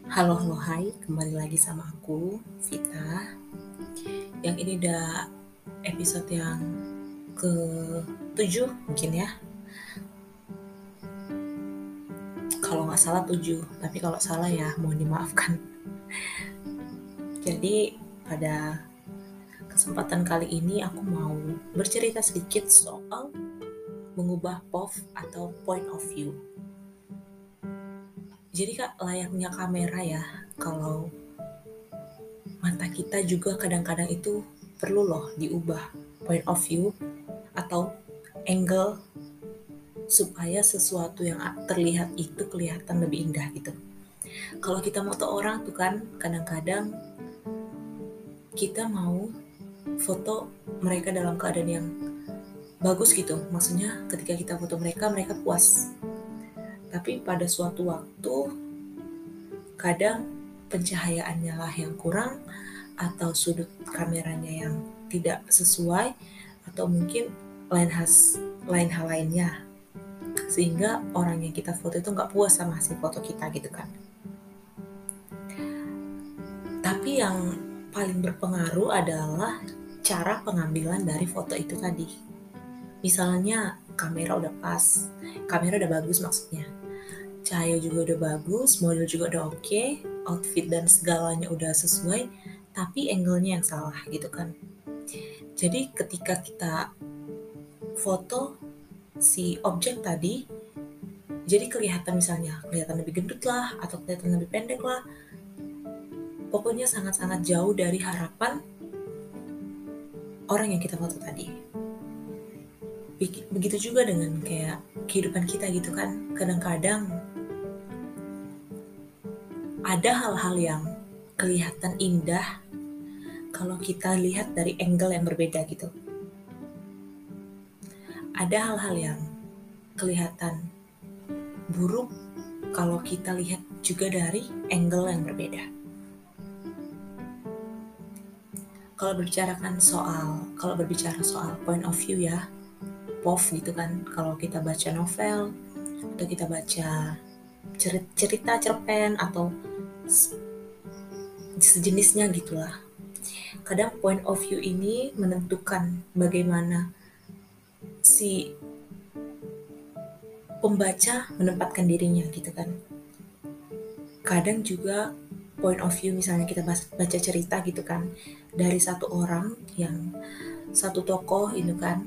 Halo, halo, hai, kembali lagi sama aku, Vita. Yang ini udah episode yang ke-7 mungkin ya. Kalau nggak salah 7, tapi kalau salah ya mohon dimaafkan. Jadi pada kesempatan kali ini aku mau bercerita sedikit soal mengubah POV atau point of view. Jadi kak, layaknya kamera ya, kalau mata kita juga kadang-kadang itu perlu loh diubah point of view atau angle supaya sesuatu yang terlihat itu kelihatan lebih indah gitu. Kalau kita foto orang tuh kan kadang-kadang kita mau foto mereka dalam keadaan yang bagus gitu. Maksudnya ketika kita foto mereka, mereka puas. Tapi pada suatu waktu kadang pencahayaannya lah yang kurang atau sudut kameranya yang tidak sesuai atau mungkin lain hal lainnya sehingga orang yang kita foto itu nggak puas sama hasil foto kita gitu kan. Tapi yang paling berpengaruh adalah cara pengambilan dari foto itu tadi. Misalnya kamera udah pas, kamera udah bagus maksudnya. Cahaya juga udah bagus, model juga udah oke, outfit dan segalanya udah sesuai, tapi angle-nya yang salah gitu kan. Jadi ketika kita foto si objek tadi, jadi kelihatan misalnya, kelihatan lebih gendut lah, atau kelihatan lebih pendek lah, pokoknya sangat-sangat jauh dari harapan orang yang kita foto tadi. Begitu juga dengan kayak kehidupan kita gitu kan. Kadang-kadang ada hal-hal yang kelihatan indah kalau kita lihat dari angle yang berbeda gitu. Ada hal-hal yang kelihatan buruk kalau kita lihat juga dari angle yang berbeda. Kalau berbicara soal point of view ya, POV gitu kan. Kalau kita baca novel atau kita baca cerita cerpen atau sejenisnya gitulah. Kadang point of view ini menentukan bagaimana si pembaca menempatkan dirinya gitu kan. Kadang juga point of view misalnya kita baca cerita gitu kan dari satu orang yang satu tokoh itu kan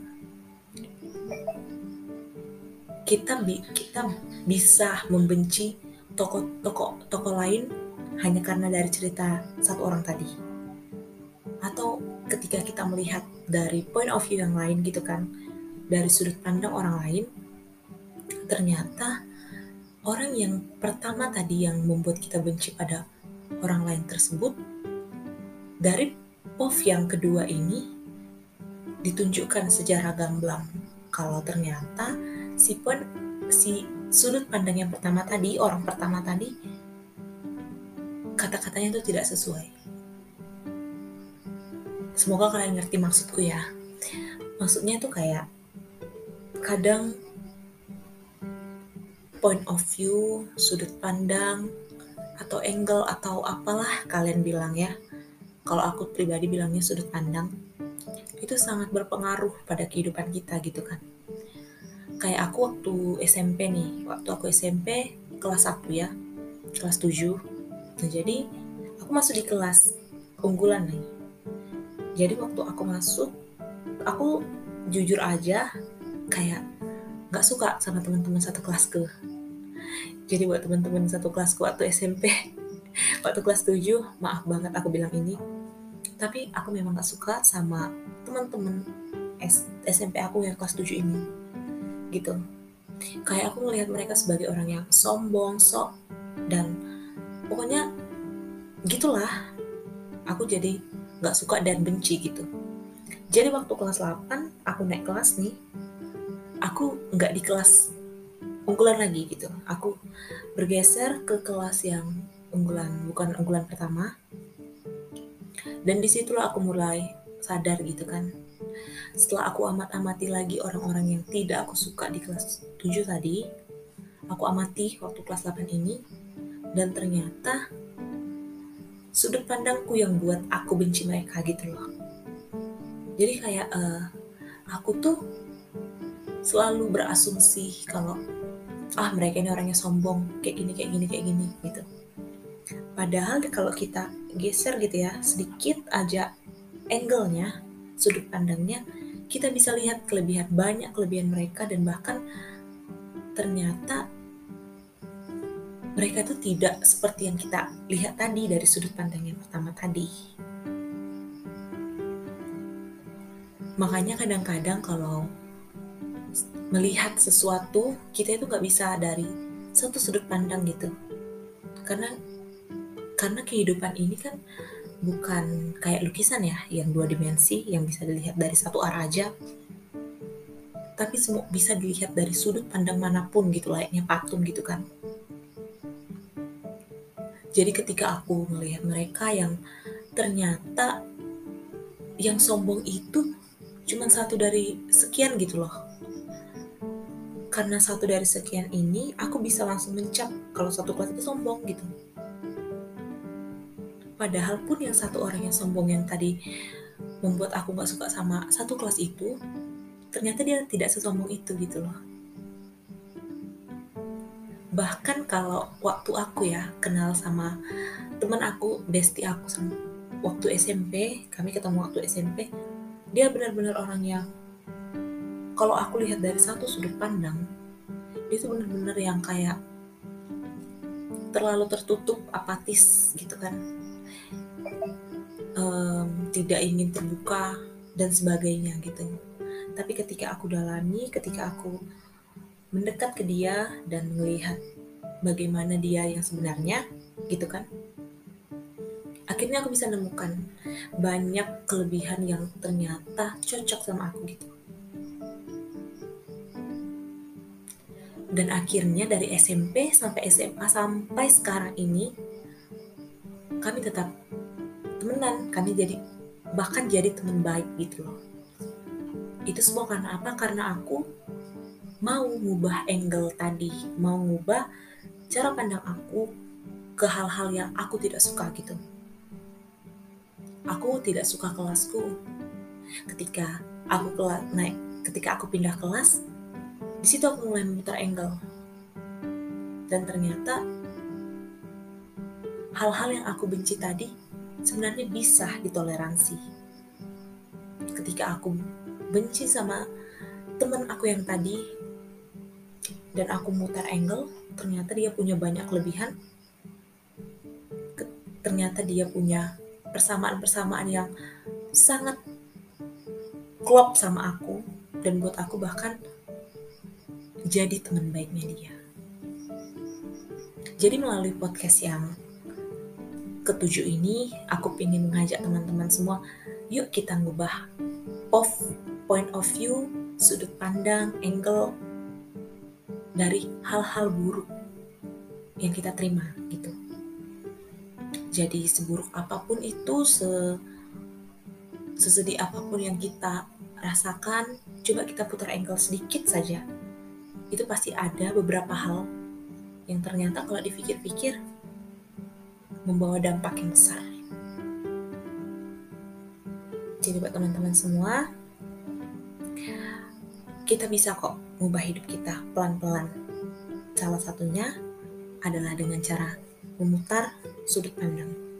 kita bisa membenci tokoh lain hanya karena dari cerita satu orang tadi. Atau ketika kita melihat dari point of view yang lain gitu kan, dari sudut pandang orang lain, ternyata orang yang pertama tadi yang membuat kita benci pada orang lain tersebut, dari POV yang kedua ini ditunjukkan secara gamblang kalau ternyata si sudut pandang yang pertama tadi, orang pertama tadi, kata-katanya itu tidak sesuai. Semoga kalian ngerti maksudku ya. Maksudnya tuh kayak kadang point of view, sudut pandang, atau angle, atau apalah kalian bilang ya. Kalau aku pribadi bilangnya sudut pandang, itu sangat berpengaruh pada kehidupan kita gitu kan. Kayak aku waktu SMP nih, waktu aku SMP kelas 1 ya, kelas 7. Nah jadi aku masuk di kelas unggulan nih. Jadi waktu aku masuk, aku jujur aja kayak gak suka sama teman-teman satu kelasku. Jadi buat teman-teman satu kelasku waktu SMP, waktu kelas 7, maaf banget aku bilang ini, tapi aku memang gak suka sama teman-teman SMP aku yang kelas 7 ini gitu. Kayak aku ngelihat mereka sebagai orang yang sombong, sok, dan pokoknya gitulah. Aku jadi gak suka dan benci gitu. Jadi waktu kelas 8 aku naik kelas nih, aku gak di kelas unggulan lagi gitu. Aku bergeser ke kelas yang unggulan, bukan unggulan pertama. Dan disitulah aku mulai sadar gitu kan. Setelah aku amati lagi orang-orang yang tidak aku suka di kelas 7 tadi, aku amati waktu kelas 8 ini, dan ternyata sudut pandangku yang buat aku benci mereka gitu loh. Jadi kayak aku tuh selalu berasumsi kalau mereka ini orangnya sombong, kayak gini gitu. Padahal kalau kita geser gitu ya, sedikit aja angle-nya, sudut pandangnya, kita bisa lihat banyak kelebihan mereka, dan bahkan ternyata mereka itu tidak seperti yang kita lihat tadi dari sudut pandang yang pertama tadi. Makanya kadang-kadang kalau melihat sesuatu, kita itu gak bisa dari satu sudut pandang gitu. Karena kehidupan ini kan bukan kayak lukisan ya, yang 2 dimensi, yang bisa dilihat dari satu arah aja. Tapi semua bisa dilihat dari sudut pandang manapun gitu, layaknya patung gitu kan. Jadi ketika aku melihat mereka yang ternyata yang sombong itu cuma satu dari sekian gitu loh. Karena satu dari sekian ini, aku bisa langsung mencap kalau satu kelas itu sombong gitu. Padahal pun yang satu orang yang sombong yang tadi membuat aku gak suka sama satu kelas itu, ternyata dia tidak sesombong itu gitu loh. Bahkan kalau waktu aku ya kenal sama teman aku, bestie aku sama waktu SMP, kami ketemu waktu SMP, dia benar-benar orang yang kalau aku lihat dari satu sudut pandang, dia tuh benar-benar yang kayak terlalu tertutup, apatis gitu kan, tidak ingin terbuka dan sebagainya gitu. Tapi ketika aku dalami, ketika aku mendekat ke dia dan melihat bagaimana dia yang sebenarnya gitu kan, akhirnya aku bisa nemukan banyak kelebihan yang ternyata cocok sama aku gitu. Dan akhirnya dari SMP sampai SMA sampai sekarang ini, kami tetap temenan, kami bahkan jadi teman baik gitu loh. Itu semua karena apa? Karena aku mau ngubah angle tadi, mau ngubah cara pandang aku ke hal-hal yang aku tidak suka gitu. Aku tidak suka kelasku. Ketika aku pindah kelas, di situ aku mulai memutar angle. Dan ternyata hal-hal yang aku benci tadi sebenarnya bisa ditoleransi. Ketika aku benci sama teman aku yang tadi dan aku mutar angle, ternyata dia punya banyak kelebihan. Ternyata dia punya persamaan-persamaan yang sangat klop sama aku, dan buat aku bahkan jadi teman baiknya dia. Jadi melalui podcast yang ke-7 ini, aku ingin mengajak teman-teman semua, yuk kita ngubah point of view, sudut pandang, angle dari hal-hal buruk yang kita terima gitu. Jadi seburuk apapun itu, sesedih apapun yang kita rasakan, coba kita putar angle sedikit saja. Itu pasti ada beberapa hal yang ternyata kalau dipikir-pikir membawa dampak yang besar. Jadi buat teman-teman semua, kita bisa kok mengubah hidup kita pelan-pelan. Salah satunya adalah dengan cara memutar sudut pandang.